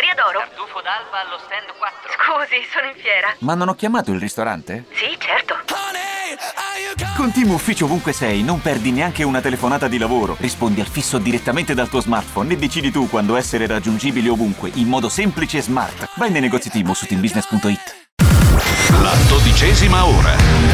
Via d'Oro. Tartufo d'alba allo stand 4. Scusi, sono in fiera. Ma non ho chiamato il ristorante? Sì, certo. Con Team Ufficio ovunque sei, non perdi neanche una telefonata di lavoro. Rispondi al fisso direttamente dal tuo smartphone e decidi tu quando essere raggiungibile ovunque, in modo semplice e smart. Vai nei negozi Team o su teambusiness.it. La 12ª ora.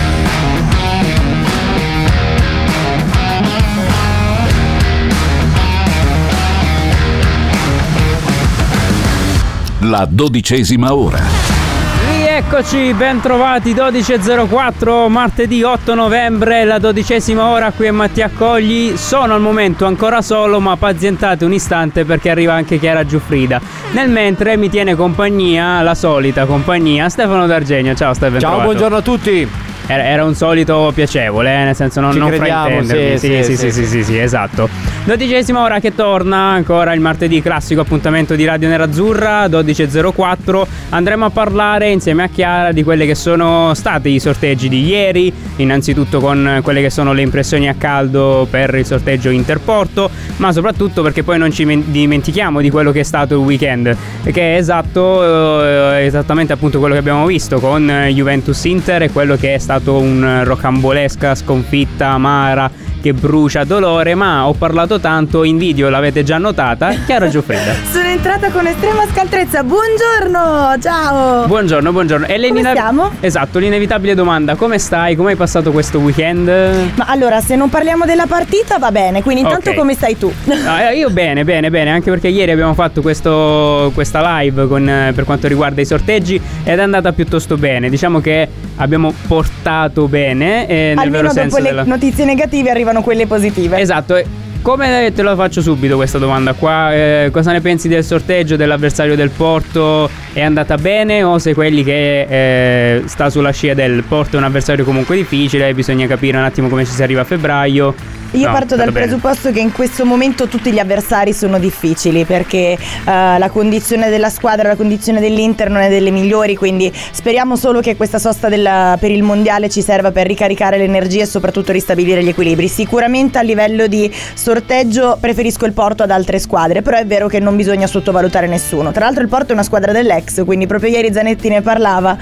La 12ª ora. Rieccoci, ben trovati, 12.04, martedì 8 novembre, la 12ª ora, qui è Mattia Cogli. Sono al momento ancora solo, ma pazientate un istante perché arriva anche Chiara Giuffrida. Nel mentre mi tiene compagnia, la solita compagnia, Stefano D'Argenio. Ciao Stefano. Ciao, buongiorno a tutti. Era un solito piacevole, nel senso non fraintendermi. Sì, esatto. 12ª ora che torna, ancora il martedì, classico appuntamento di Radio Nerazzurra, 12.04. Andremo a parlare insieme a Chiara di quelli che sono stati i sorteggi di ieri, innanzitutto con quelle che sono le impressioni a caldo per il sorteggio Interporto, ma soprattutto perché poi non ci dimentichiamo di quello che è stato il weekend, che è esattamente appunto quello che abbiamo visto con Juventus-Inter e quello che è stato un rocambolesca sconfitta amara che brucia dolore, ma ho parlato tanto, in video l'avete già notata, Chiara Giuffrida. Sono entrata con estrema scaltrezza, buongiorno, ciao. Buongiorno. E come stiamo? Esatto, l'inevitabile domanda, come stai, come hai passato questo weekend? Ma allora, se non parliamo della partita va bene, quindi intanto come stai tu? Io bene, anche perché ieri abbiamo fatto questa live per quanto riguarda i sorteggi ed è andata piuttosto bene, diciamo che abbiamo portato bene nel almeno vero senso dopo le notizie negative arrivano quelle positive. Esatto. Come te la faccio subito questa domanda qua? Cosa ne pensi del sorteggio dell'avversario del Porto? È andata bene o sei quelli che sta sulla scia del Porto? È un avversario comunque difficile, bisogna capire un attimo come ci si arriva a febbraio. Io parto dal presupposto che in questo momento tutti gli avversari sono difficili perché la condizione della squadra, la condizione dell'Inter non è delle migliori, quindi speriamo solo che questa sosta per il mondiale ci serva per ricaricare le energie e soprattutto ristabilire gli equilibri. Sicuramente a livello di sorteggio preferisco il Porto ad altre squadre, però è vero che non bisogna sottovalutare nessuno. Tra l'altro il Porto è una squadra dell'ex, quindi proprio ieri Zanetti ne parlava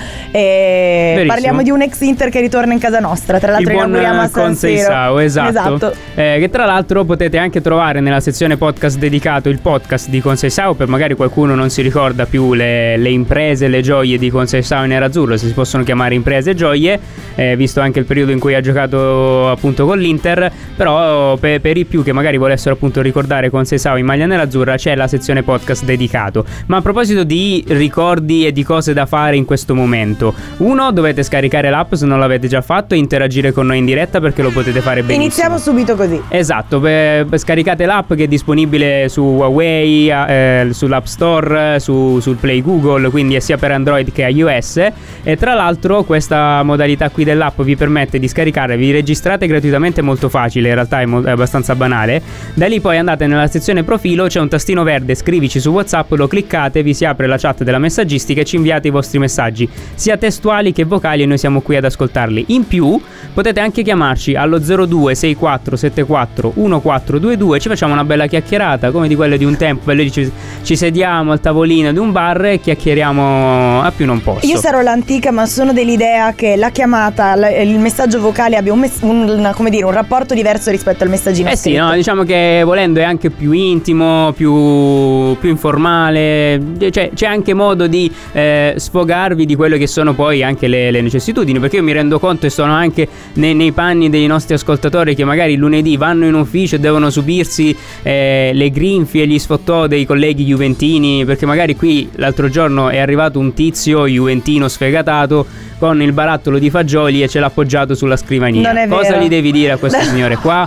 e parliamo di un ex Inter che ritorna in casa nostra. Tra l'altro inauguriamo a San Siro. Esatto. Che tra l'altro potete anche trovare nella sezione podcast dedicato il podcast di Conceição, per magari qualcuno non si ricorda più le imprese, le gioie di Conceição in nerazzurro, se si possono chiamare imprese e gioie, visto anche il periodo in cui ha giocato appunto con l'Inter. Però per i più che magari volessero appunto ricordare Conceição in maglia nerazzurra c'è la sezione podcast dedicato. Ma a proposito di ricordi e di cose da fare in questo momento, dovete scaricare l'app se non l'avete già fatto e interagire con noi in diretta perché lo potete fare benissimo. Iniziamo subito così. Esatto, scaricate l'app che è disponibile su Huawei, sull'App Store, sul Play Google, quindi è sia per Android che iOS. E tra l'altro questa modalità qui dell'app vi permette di scaricare, vi registrate gratuitamente, molto facile, in realtà è abbastanza banale. Da lì poi andate nella sezione profilo, c'è un tastino verde, scrivici su WhatsApp, lo cliccate, vi si apre la chat della messaggistica e ci inviate i vostri messaggi, sia testuali che vocali, e noi siamo qui ad ascoltarli. In più potete anche chiamarci allo 0264 74 1422, ci facciamo una bella chiacchierata come di quelle di un tempo, ci sediamo al tavolino di un bar e chiacchieriamo a più non posso. Io sarò l'antica, ma sono dell'idea che la chiamata, il messaggio vocale abbia un rapporto diverso rispetto al messaggino scritto. Sì, no, diciamo che volendo è anche più intimo, più informale, cioè c'è anche modo di sfogarvi di quello che sono poi anche le necessitudini, perché io mi rendo conto e sono anche nei panni dei nostri ascoltatori che magari lunedì vanno in ufficio e devono subirsi le grinfie e gli sfottò dei colleghi juventini, perché magari qui l'altro giorno è arrivato un tizio juventino sfegatato con il barattolo di fagioli e ce l'ha appoggiato sulla scrivania. Non è cosa vero. gli devi dire a questo signore qua?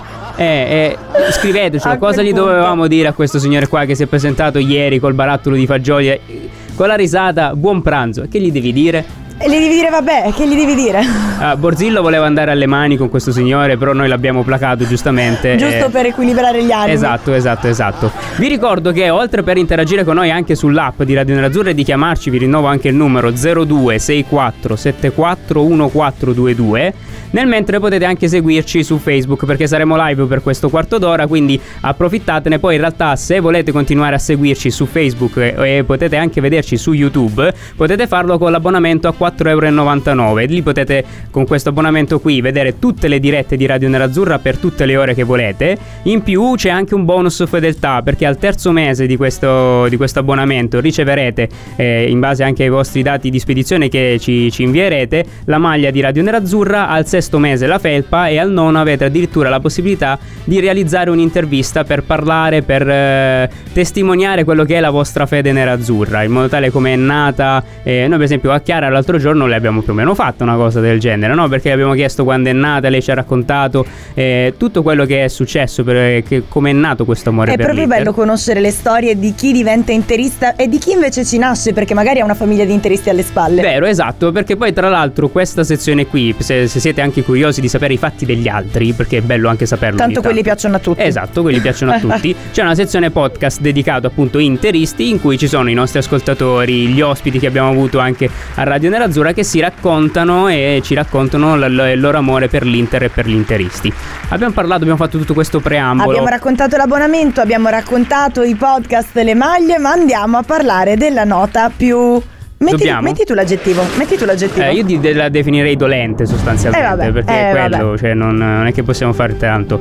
Scriveteci cosa gli dovevamo dire a questo signore qua che si è presentato ieri col barattolo di fagioli con la risata buon pranzo. Che gli devi dire? E gli devi dire vabbè, che gli devi dire? Borzillo voleva andare alle mani con questo signore, però noi l'abbiamo placato giustamente. Giusto per equilibrare gli animi. Esatto. Vi ricordo che oltre per interagire con noi anche sull'app di Radio Nerazzurra e di chiamarci, vi rinnovo anche il numero 0264 74 1422. Nel mentre potete anche seguirci su Facebook, perché saremo live per questo quarto d'ora, quindi approfittatene. Poi in realtà, se volete continuare a seguirci su Facebook e potete anche vederci su YouTube, potete farlo con l'abbonamento a 4,99 €. Lì potete, con questo abbonamento qui, vedere tutte le dirette di Radio Nerazzurra per tutte le ore che volete. In più c'è anche un bonus fedeltà, perché al terzo mese di questo abbonamento riceverete, in base anche ai vostri dati di spedizione che ci invierete, la maglia di Radio Nerazzurra. Al sesto mese la felpa, e al nono avete addirittura la possibilità di realizzare un'intervista per parlare, per testimoniare quello che è la vostra fede nerazzurra, in modo tale come è nata. Noi per esempio a Chiara l'altro giorno le abbiamo più o meno fatto una cosa del genere, no? Perché abbiamo chiesto quando è nata, lei ci ha raccontato tutto quello che è successo, come è nato questo amore per l'Inter. È proprio bello conoscere le storie di chi diventa interista e di chi invece ci nasce perché magari ha una famiglia di interisti alle spalle. Vero, esatto, perché poi tra l'altro questa sezione qui, se siete anche curiosi di sapere i fatti degli altri, perché è bello anche saperlo. Tanto quelli piacciono a tutti. Esatto, quelli piacciono a tutti. C'è una sezione podcast dedicato appunto interisti, in cui ci sono i nostri ascoltatori, gli ospiti che abbiamo avuto anche a Radio Nerazzurra, che si raccontano e ci raccontano il loro amore per l'Inter e per gli interisti. Abbiamo fatto tutto questo preambolo. Abbiamo raccontato l'abbonamento, abbiamo raccontato i podcast, le maglie, ma andiamo a parlare della nota più... Metti tu l'aggettivo. Io la definirei dolente sostanzialmente, perché quello, cioè non è che possiamo fare tanto,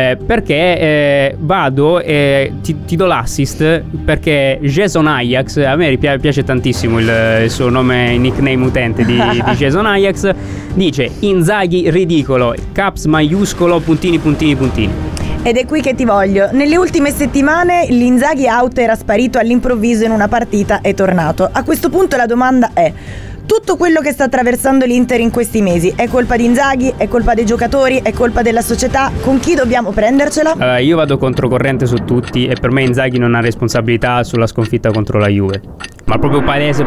perché vado e ti do l'assist, perché Jason Ajax, a me piace tantissimo il suo nome, nickname utente di Jason Ajax, dice: Inzaghi ridicolo, caps maiuscolo, puntini. Ed è qui che ti voglio. Nelle ultime settimane l'Inzaghi out era sparito all'improvviso in una partita e tornato. A questo punto la domanda è: tutto quello che sta attraversando l'Inter in questi mesi è colpa di Inzaghi? È colpa dei giocatori? È colpa della società? Con chi dobbiamo prendercela? Io vado controcorrente su tutti, e per me Inzaghi non ha responsabilità sulla sconfitta contro la Juve. Ma proprio palese.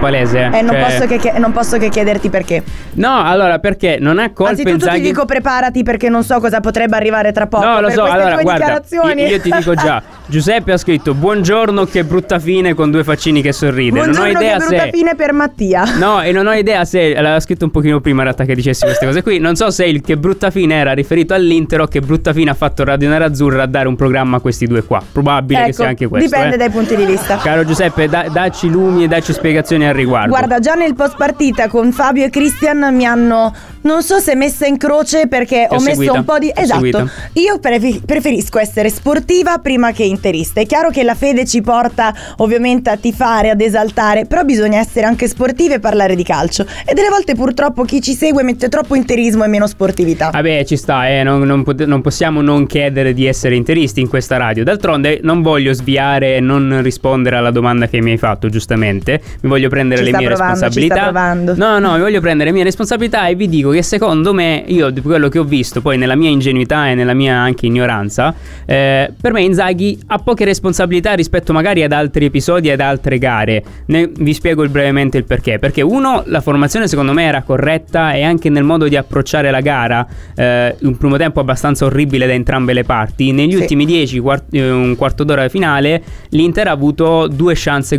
Non posso che chiederti perché. No, allora, perché non ha colpa Inzaghi. Anzitutto ti dico preparati, perché non so cosa potrebbe arrivare tra poco. No, lo so, allora guarda, io ti dico già. Giuseppe ha scritto: buongiorno, che brutta fine, con due faccini che sorride. Buongiorno, non ho idea che brutta fine per Mattia. No, e non ho idea se l'aveva scritto un pochino prima in realtà che dicessi queste cose qui. Non so se il che brutta fine era riferito all'Inter o che brutta fine ha fatto Radio Nerazzurra a dare un programma a questi due qua. Probabile che sia anche questo. Dipende dai punti di vista. Caro Giuseppe, dacci lumi e dacci spiegazioni al riguardo. Guarda, già nel post partita con Fabio e Christian mi hanno, non so se messa in croce, perché ho messo un po' di... Esatto. Io preferisco essere sportiva prima che interista. È chiaro che la fede ci porta ovviamente a tifare, ad esaltare, però bisogna essere anche sportivi e parlare di calcio. E delle volte purtroppo chi ci segue mette troppo interismo e meno sportività. Vabbè, ci sta, non possiamo non chiedere di essere interisti in questa radio. D'altronde non voglio sviare e non rispondere alla domanda che mi hai fatto, giustamente. Mi voglio prendere le mie responsabilità. No, mi voglio prendere le mie responsabilità, e vi dico che secondo me, io di quello che ho visto, poi nella mia ingenuità e nella mia anche ignoranza, per me Inzaghi ha poche responsabilità rispetto magari ad altri episodi e ad altre gare. Vi spiego brevemente il perché. Perché uno, la formazione secondo me era corretta, e anche nel modo di approcciare la gara, un primo tempo abbastanza orribile da entrambe le parti. Negli ultimi 10 un quarto d'ora finale l'Inter ha avuto due chance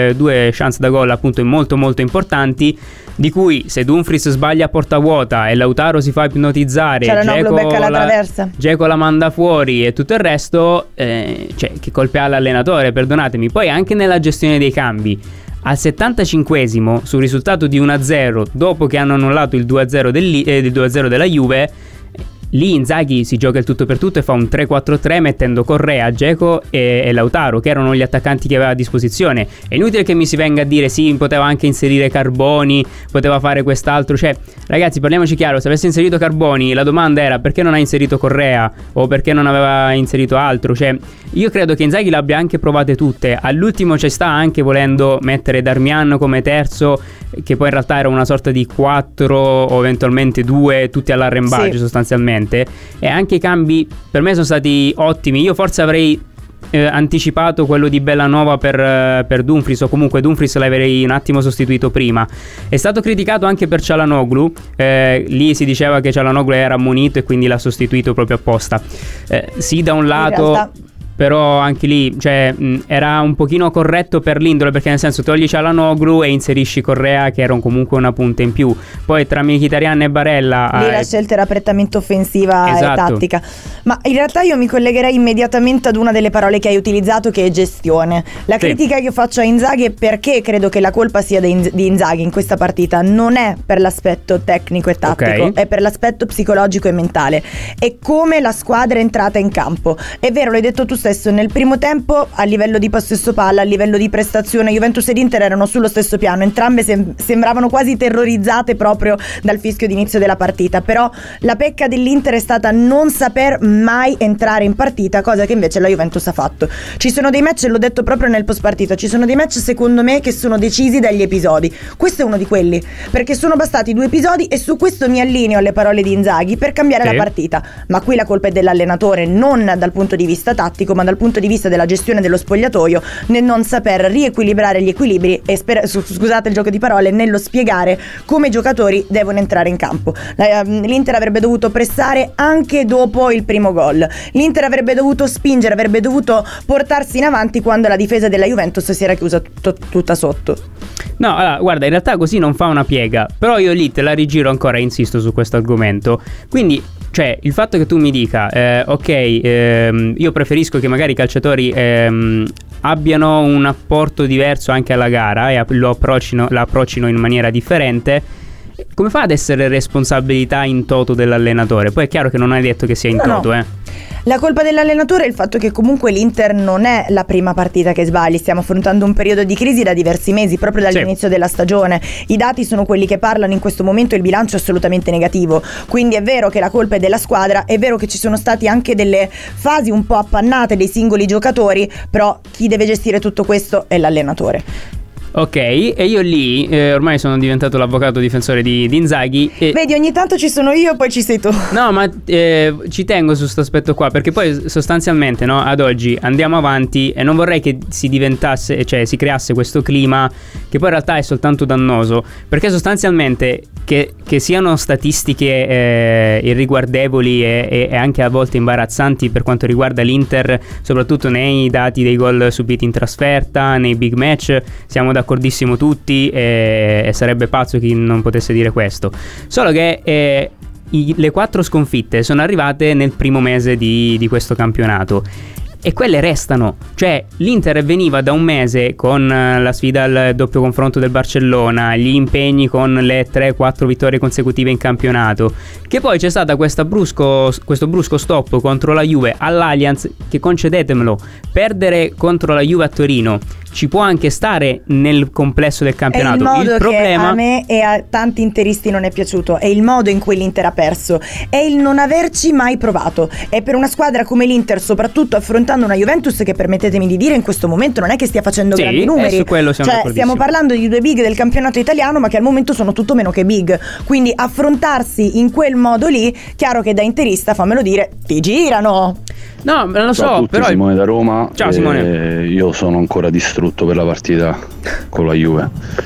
da gol appunto molto molto importanti, di cui se Dumfries sbaglia a porta vuota e Lautaro si fa ipnotizzare, Dzeko la manda fuori e tutto il resto, cioè, che colpe ha l'allenatore, perdonatemi. Poi anche nella gestione dei cambi, al 75esimo, sul risultato di 1-0, dopo che hanno annullato il 2-0 della Juve, lì Inzaghi si gioca il tutto per tutto e fa un 3-4-3 mettendo Correa, Dzeko e Lautaro, che erano gli attaccanti che aveva a disposizione. È inutile che mi si venga a dire sì, poteva anche inserire Carboni, poteva fare quest'altro. Cioè, ragazzi, parliamoci chiaro, se avesse inserito Carboni, la domanda era: perché non ha inserito Correa, o perché non aveva inserito altro? Cioè, io credo che Inzaghi l'abbia anche provate tutte. All'ultimo ci sta anche volendo mettere Darmian come terzo, che poi in realtà era una sorta di 4 o eventualmente 2, tutti all'arrembaggio sostanzialmente. E anche i cambi per me sono stati ottimi. Io forse avrei anticipato quello di Bellanova per Dumfries, o comunque Dumfries l'avrei un attimo sostituito prima. È stato criticato anche per Çalhanoğlu, lì si diceva che Çalhanoğlu era ammonito e quindi l'ha sostituito proprio apposta. Sì, da un lato, però anche lì, cioè, era un pochino corretto per l'Indole, perché nel senso togli Çalhanoğlu e inserisci Correa, che era comunque una punta in più. Poi tra Mkhitaryan e Barella lì la scelta era prettamente offensiva, esatto, e tattica. Ma in realtà io mi collegherei immediatamente ad una delle parole che hai utilizzato, che è gestione. La critica che io faccio a Inzaghi è perché credo che la colpa sia di Inzaghi in questa partita non è per l'aspetto tecnico e tattico, è per l'aspetto psicologico e mentale. È come la squadra è entrata in campo. È vero, l'hai detto tu stesso, nel primo tempo a livello di possesso palla, a livello di prestazione, Juventus ed Inter erano sullo stesso piano, entrambe sembravano quasi terrorizzate proprio dal fischio d'inizio della partita. Però la pecca dell'Inter è stata non saper mai entrare in partita, cosa che invece la Juventus ha fatto. Ci sono dei match, l'ho detto proprio nel post partita, ci sono dei match secondo me che sono decisi dagli episodi. Questo è uno di quelli, perché sono bastati 2 episodi e su questo mi allineo alle parole di Inzaghi per cambiare la partita. Ma qui la colpa è dell'allenatore, non dal punto di vista tattico, ma dal punto di vista della gestione dello spogliatoio, nel non saper riequilibrare gli equilibri e scusate il gioco di parole, nello spiegare come i giocatori devono entrare in campo. L'Inter avrebbe dovuto pressare anche dopo il primo gol, l'Inter avrebbe dovuto spingere, avrebbe dovuto portarsi in avanti quando la difesa della Juventus si era chiusa tutta sotto. No, allora, guarda, in realtà così non fa una piega, però io lì te la rigiro ancora e insisto su questo argomento. Quindi, cioè, il fatto che tu mi dica io preferisco che magari i calciatori abbiano un apporto diverso anche alla gara e la approccino in maniera differente, come fa ad essere responsabilità in toto dell'allenatore? Poi è chiaro che non hai detto che sia in toto. La colpa dell'allenatore è il fatto che comunque l'Inter non è la prima partita che sbagli. Stiamo affrontando un periodo di crisi da diversi mesi, proprio dall'inizio della stagione. I dati sono quelli che parlano in questo momento, il bilancio è assolutamente negativo. Quindi è vero che la colpa è della squadra, è vero che ci sono stati anche delle fasi un po' appannate dei singoli giocatori, però chi deve gestire tutto questo è l'allenatore. Ok, e io lì ormai sono diventato l'avvocato difensore di Inzaghi Vedi, ogni tanto ci sono io, poi ci sei tu. No, ma ci tengo su questo aspetto qua, perché poi sostanzialmente, no, ad oggi andiamo avanti e non vorrei che si diventasse, cioè si creasse questo clima che poi in realtà è soltanto dannoso, perché sostanzialmente che siano statistiche irriguardevoli e anche a volte imbarazzanti per quanto riguarda l'Inter, soprattutto nei dati dei gol subiti in trasferta, nei big match, siamo d'accordissimo tutti e sarebbe pazzo chi non potesse dire questo. Solo che le 4 sconfitte sono arrivate nel primo mese di questo campionato e quelle restano. Cioè l'Inter veniva da un mese con la sfida al doppio confronto del Barcellona, gli impegni con le 3-4 vittorie consecutive in campionato, che poi c'è stata questo brusco stop contro la Juve all'Allianz, che, concedetemelo, perdere contro la Juve a Torino ci può anche stare nel complesso del campionato. È il problema che a me e a tanti interisti non è piaciuto, è il modo in cui l'Inter ha perso, è il non averci mai provato. E per una squadra come l'Inter, soprattutto affrontando una Juventus che, permettetemi di dire, in questo momento non è che stia facendo grandi numeri, su quello siamo stiamo parlando di 2 big del campionato italiano, ma che al momento sono tutto meno che big, quindi affrontarsi in quel modo lì, chiaro che da interista, fammelo dire, ti girano. No, non lo so. Ciao a tutti, però Simone da Roma. Ciao Simone. Io sono ancora distrutto per la partita con la Juve.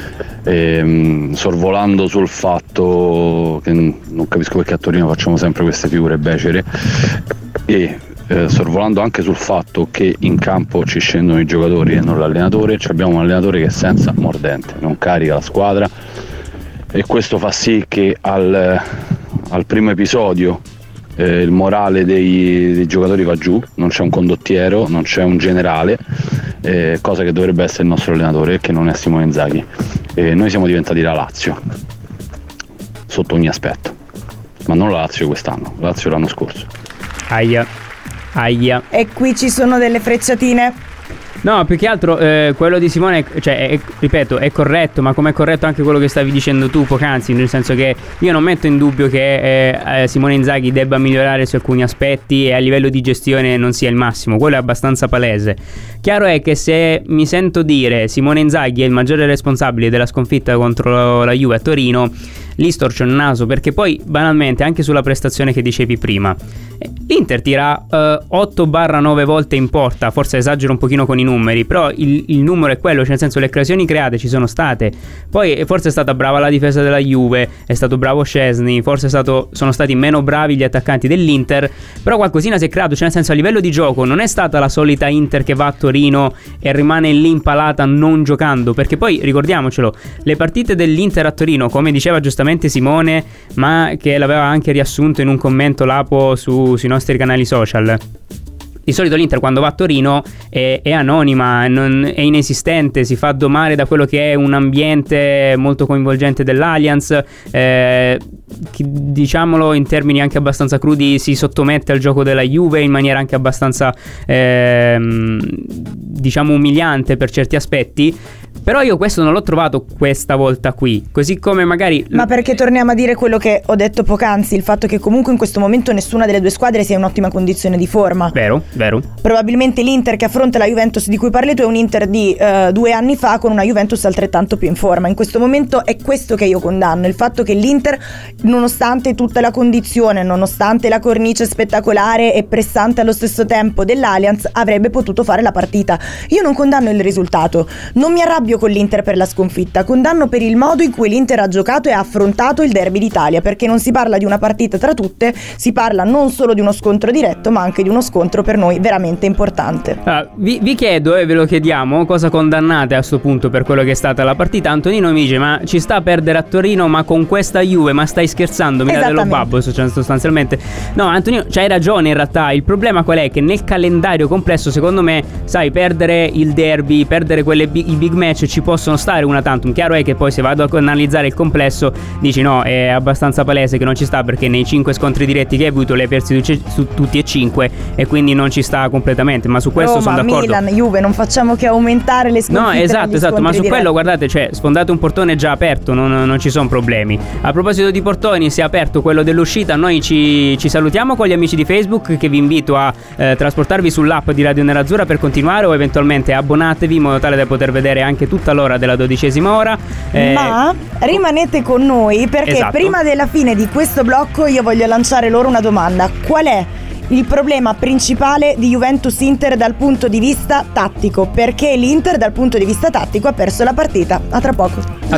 Sorvolando sul fatto che non capisco perché a Torino facciamo sempre queste figure becere, e sorvolando anche sul fatto che in campo ci scendono i giocatori e non l'allenatore, abbiamo un allenatore che è senza mordente, non carica la squadra, e questo fa sì che al primo episodio il morale dei giocatori va giù, non c'è un condottiero, non c'è un generale, cosa che dovrebbe essere il nostro allenatore, che non è Simone Inzaghi. Noi siamo diventati la Lazio sotto ogni aspetto, ma non la Lazio quest'anno, la Lazio l'anno scorso. Aia. E qui ci sono delle frecciatine. No, più che altro quello di Simone, cioè, ripeto, è corretto, ma come è corretto anche quello che stavi dicendo tu poc'anzi, nel senso che io non metto in dubbio che Simone Inzaghi debba migliorare su alcuni aspetti e a livello di gestione non sia il massimo, quello è abbastanza palese. Chiaro è che se mi sento dire Simone Inzaghi è il maggiore responsabile della sconfitta contro la Juve a Torino, lì storce il naso, perché poi banalmente anche sulla prestazione che dicevi prima, l'Inter tira 8/9 volte in porta, forse esagero un pochino con i numeri, però il numero è quello, cioè nel senso le occasioni create ci sono state. Poi forse è stata brava la difesa della Juve, è stato bravo Szczesny, forse sono stati meno bravi gli attaccanti dell'Inter, però qualcosina si è creato, cioè nel senso a livello di gioco non è stata la solita Inter che va a Torino e rimane lì impalata non giocando, perché poi ricordiamocelo, le partite dell'Inter a Torino, come diceva giustamente Simone, ma che l'aveva anche riassunto in un commento Lapo sui nostri canali social, di solito l'Inter quando va a Torino è anonima, è inesistente, si fa domare da quello che è un ambiente molto coinvolgente dell'Allianz, diciamolo in termini anche abbastanza crudi, si sottomette al gioco della Juve in maniera anche abbastanza diciamo umiliante per certi aspetti. Però io questo non l'ho trovato questa volta qui, così come magari... Ma perché torniamo a dire quello che ho detto poc'anzi, il fatto che comunque in questo momento nessuna delle due squadre sia in ottima condizione di forma. Vero. Probabilmente l'Inter che affronta la Juventus di cui parli tu è un Inter di 2 anni fa con una Juventus altrettanto più in forma. In questo momento è questo che io condanno, il fatto che l'Inter, nonostante tutta la condizione, nonostante la cornice spettacolare e pressante allo stesso tempo dell'Allianz, avrebbe potuto fare la partita. Io non condanno il risultato, non mi arrabbio con l'Inter per la sconfitta, condanno per il modo in cui l'Inter ha giocato e ha affrontato il derby d'Italia, perché non si parla di una partita tra tutte, si parla non solo di uno scontro diretto ma anche di uno scontro per noi veramente importante. Vi chiedo e ve lo chiediamo, cosa condannate a sto punto per quello che è stata la partita? Antonino mi dice ma ci sta a perdere a Torino ma con questa Juve, ma stai scherzando, mi dà dello babbo sostanzialmente. No Antonino, c'hai ragione in realtà, il problema qual è? Che nel calendario complesso secondo me, sai, perdere il derby, perdere i big match ci possono stare una tantum. Chiaro è che poi se vado a analizzare il complesso dici no, è abbastanza palese che non ci sta, perché nei 5 scontri diretti che hai avuto li hai persi su tutti e 5 e quindi non ci sta completamente, ma su questo sono d'accordo. Milan, Juve, non facciamo che aumentare le sconfitte. No, esatto, ma su quello guardate, cioè sfondate un portone già aperto, non ci sono problemi. A proposito di portoni, si è aperto quello dell'uscita, noi ci salutiamo con gli amici di Facebook che vi invito a trasportarvi sull'app di Radio Nerazzurra per continuare, o eventualmente abbonatevi in modo tale da poter vedere anche tutta l'ora della 12ª ora. Ma rimanete con noi perché esatto. Prima della fine di questo blocco io voglio lanciare loro una domanda. Qual è il problema principale di Juventus-Inter dal punto di vista tattico? Perché l'Inter dal punto di vista tattico ha perso la partita. A tra poco.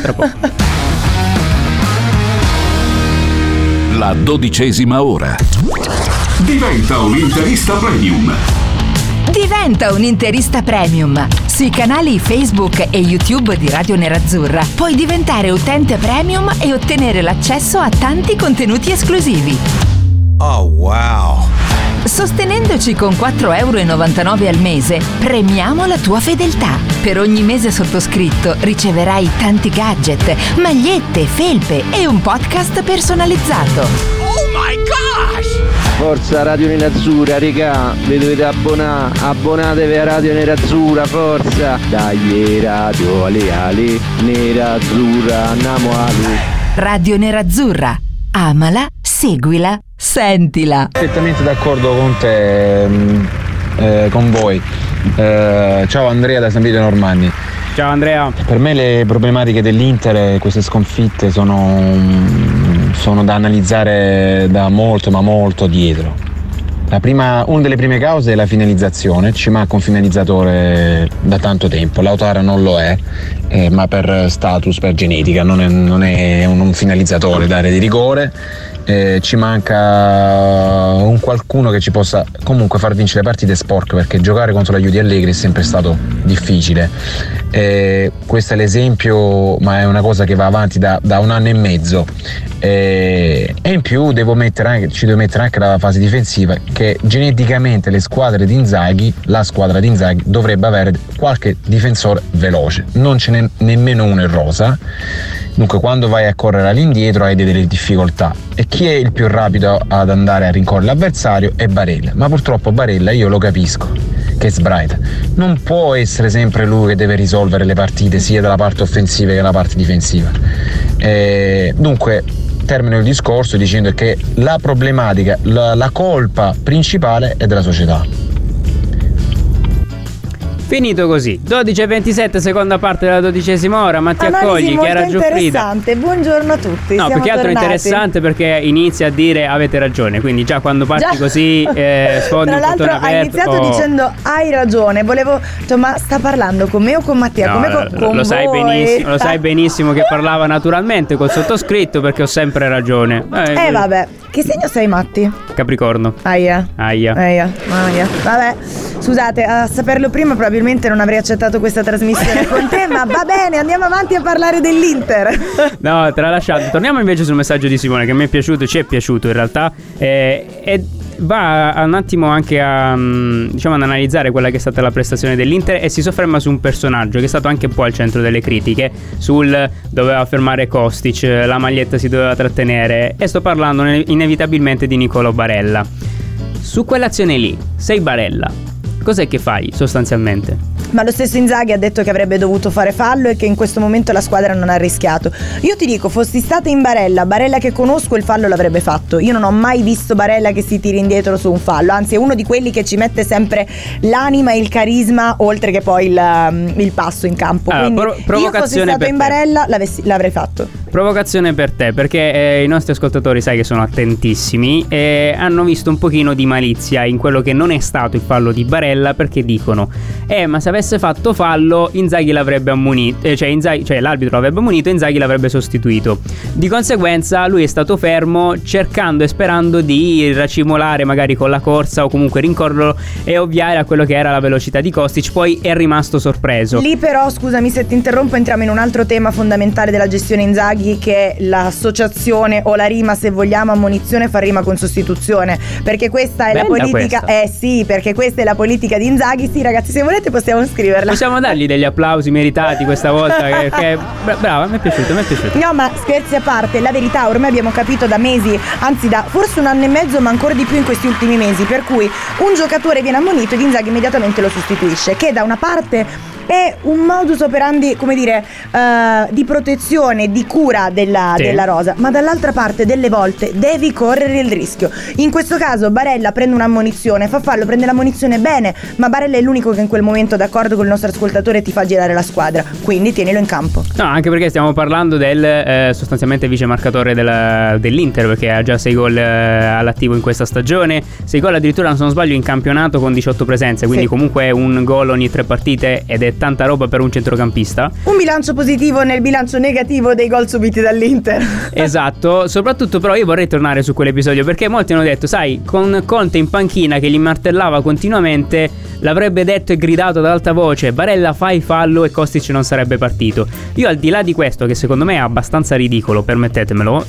La 12ª ora. Diventa un interista premium. Diventa un interista premium. Sui canali Facebook e YouTube di Radio Nerazzurra puoi diventare utente premium e ottenere l'accesso a tanti contenuti esclusivi. Oh wow! Sostenendoci con 4,99 € al mese, premiamo la tua fedeltà. Per ogni mese sottoscritto riceverai tanti gadget, magliette, felpe e un podcast personalizzato. Oh my gosh! Forza Radio Nerazzurra, regà, vi dovete abbonatevi a Radio Nerazzurra, forza! Dai Radio, ale, Nerazzurra, andiamo ale. Radio Nerazzurra, amala, seguila, sentila. Perfettamente d'accordo con te, con voi. Ciao Andrea da San Vito Normanni. Ciao Andrea. Per me le problematiche dell'Inter, queste sconfitte sono da analizzare da molto ma molto dietro. Una delle prime cause è la finalizzazione, ci manca un finalizzatore da tanto tempo, Lautaro non lo è, ma per status, per genetica, non è un finalizzatore d'area di rigore. Ci manca un qualcuno che ci possa comunque far vincere partite sporche, perché giocare contro la Juve di Allegri è sempre stato difficile. Questo è l'esempio, ma è una cosa che va avanti da 1 anno e mezzo. E in più ci devo mettere anche la fase difensiva, che geneticamente la squadra di Inzaghi dovrebbe avere qualche difensore veloce, non ce n'è nemmeno uno in rosa. Dunque quando vai a correre all'indietro hai delle difficoltà, e chi è il più rapido ad andare a rincorrere l'avversario è Barella, ma purtroppo Barella, io lo capisco che sbraita, non può essere sempre lui che deve risolvere le partite sia dalla parte offensiva che dalla parte difensiva. Dunque termino il discorso dicendo che la problematica, la colpa principale è della società. Finito così. 12:27, seconda parte della 12ª ora. Matti Accogli, Chiara Giuffrida. Interessante, buongiorno a tutti. No, più che altro interessante perché inizia a dire avete ragione. Quindi già quando parti così sfondi un portone aperto. Ha iniziato dicendo hai ragione. Volevo, ma sta parlando con me o con Mattia? No, con lo sai benissimo, lo sai benissimo che parlava naturalmente col sottoscritto perché ho sempre ragione. Vabbè. Che segno sei, Matti? Capricorno. Aia. Vabbè, scusate, a saperlo prima probabilmente non avrei accettato questa trasmissione con te, ma va bene, andiamo avanti a parlare dell'Inter. No, tralasciato. Torniamo invece sul messaggio di Simone che mi è piaciuto, ci è piaciuto in realtà. E va un attimo anche a diciamo ad analizzare quella che è stata la prestazione dell'Inter e si sofferma su un personaggio che è stato anche un po' al centro delle critiche, sul doveva fermare Kostic, la maglietta si doveva trattenere, e sto parlando inevitabilmente di Niccolò Barella. Su quell'azione lì, sei Barella, cos'è che fai sostanzialmente? Ma lo stesso Inzaghi ha detto che avrebbe dovuto fare fallo e che in questo momento la squadra non ha rischiato. Io ti dico, fossi stata in Barella che conosco, il fallo l'avrebbe fatto. Io non ho mai visto Barella che si tiri indietro su un fallo, anzi è uno di quelli che ci mette sempre l'anima e il carisma oltre che poi il passo in campo. Quindi io fossi stato in Barella l'avrei fatto. Provocazione per te, perché i nostri ascoltatori sai che sono attentissimi e hanno visto un pochino di malizia in quello che non è stato il fallo di Barella, perché dicono ma se avesse fatto fallo Inzaghi l'avrebbe ammonito, cioè l'arbitro l'avrebbe ammonito e Inzaghi l'avrebbe sostituito. Di conseguenza lui è stato fermo cercando e sperando di racimolare magari con la corsa o comunque rincorrerlo e ovviare a quello che era la velocità di Kostic, poi è rimasto sorpreso. Lì però, scusami se ti interrompo, entriamo in un altro tema fondamentale della gestione Inzaghi, che è l'associazione o la rima, se vogliamo, ammonizione fa rima con sostituzione, perché questa è la politica. Sì, perché questa è la politica di Inzaghi. Sì ragazzi, se volete possiamo scriverla. Possiamo dargli degli applausi meritati questa volta perché brava, mi è piaciuto. No, ma scherzi a parte, la verità ormai abbiamo capito da mesi, anzi da forse un anno e mezzo, ma ancora di più in questi ultimi mesi, per cui un giocatore viene ammonito ed Inzaghi immediatamente lo sostituisce, che da una parte è un modus operandi, come dire, di protezione, di cura della rosa, ma dall'altra parte delle volte devi correre il rischio. In questo caso Barella prende un'ammonizione, fa fallo, prende l'ammonizione, bene, ma Barella è l'unico che in quel momento, d'accordo con il nostro ascoltatore, ti fa girare la squadra, quindi tienilo in campo. No, anche perché stiamo parlando del sostanzialmente vice marcatore dell'Inter, perché ha già 6 gol all'attivo in questa stagione, 6 gol addirittura, se non sbaglio, in campionato con 18 presenze, quindi comunque un gol ogni 3 partite ed è tanta roba per un centrocampista. Un bilancio positivo nel bilancio negativo dei gol subiti dall'Inter. Esatto, soprattutto però io vorrei tornare su quell'episodio, perché molti hanno detto, sai, con Conte in panchina che li martellava continuamente, l'avrebbe detto e gridato ad alta voce: Barella, fai fallo, e Kostic non sarebbe partito. Io, al di là di questo, che secondo me è abbastanza ridicolo, permettetemelo,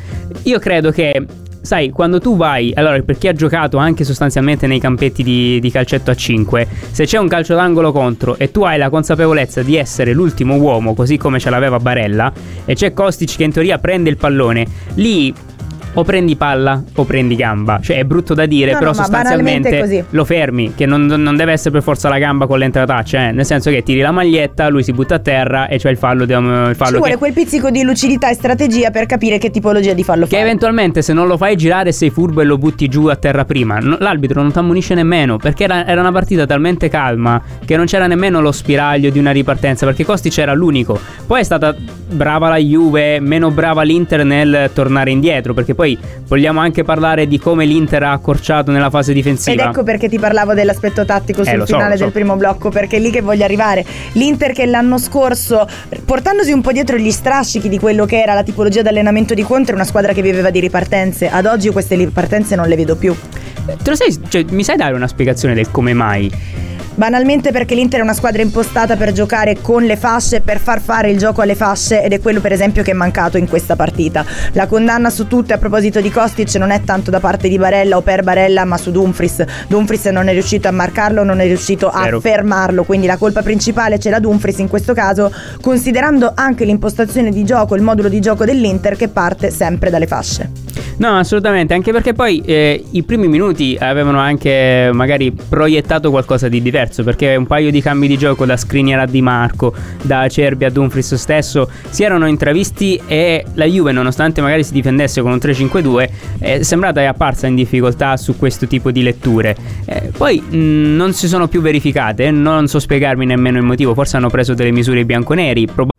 io credo che, sai, quando tu vai, allora, per chi ha giocato anche sostanzialmente nei campetti di calcetto a 5, se c'è un calcio d'angolo contro e tu hai la consapevolezza di essere l'ultimo uomo, così come ce l'aveva Barella, e c'è Kostic che in teoria prende il pallone, lì o prendi palla o prendi gamba. Cioè è brutto da dire, però sostanzialmente lo fermi, che non deve essere per forza la gamba con l'entrataccia, nel senso che tiri la maglietta, lui si butta a terra e c'è il fallo ci vuole quel pizzico di lucidità e strategia per capire che tipologia di fallo fare. Che eventualmente, se non lo fai girare, sei furbo e lo butti giù a terra prima, l'arbitro non ti ammonisce nemmeno, perché era una partita talmente calma che non c'era nemmeno lo spiraglio di una ripartenza, perché Kostic era l'unico. Poi è stata brava la Juve, meno brava l'Inter nel tornare indietro, perché poi vogliamo anche parlare di come l'Inter ha accorciato nella fase difensiva. Ed ecco perché ti parlavo dell'aspetto tattico sul finale del primo blocco, perché è lì che voglio arrivare. L'Inter che l'anno scorso, portandosi un po' dietro gli strascichi di quello che era la tipologia di allenamento di Conte, è una squadra che viveva di ripartenze. Ad oggi queste ripartenze non le vedo più. Te lo sai, cioè, mi sai dare una spiegazione del come mai? Banalmente perché l'Inter è una squadra impostata per giocare con le fasce, per far fare il gioco alle fasce, ed è quello per esempio che è mancato in questa partita. La condanna su tutte, a proposito di Kostic, non è tanto da parte di Barella o per Barella, ma su Dumfries. Dumfries non è riuscito a marcarlo, non è riuscito a fermarlo, quindi la colpa principale ce l'ha Dumfries in questo caso, considerando anche l'impostazione di gioco, il modulo di gioco dell'Inter che parte sempre dalle fasce. No, assolutamente, anche perché poi i primi minuti avevano anche magari proiettato qualcosa di diverso, perché un paio di cambi di gioco da Skriniar a Di Marco, da Acerbi a Dumfries stesso si erano intravisti, e la Juve, nonostante magari si difendesse con un 3-5-2, è sembrata apparsa in difficoltà su questo tipo di letture. Poi non si sono più verificate, non so spiegarmi nemmeno il motivo, forse hanno preso delle misure bianconeri. Pronto?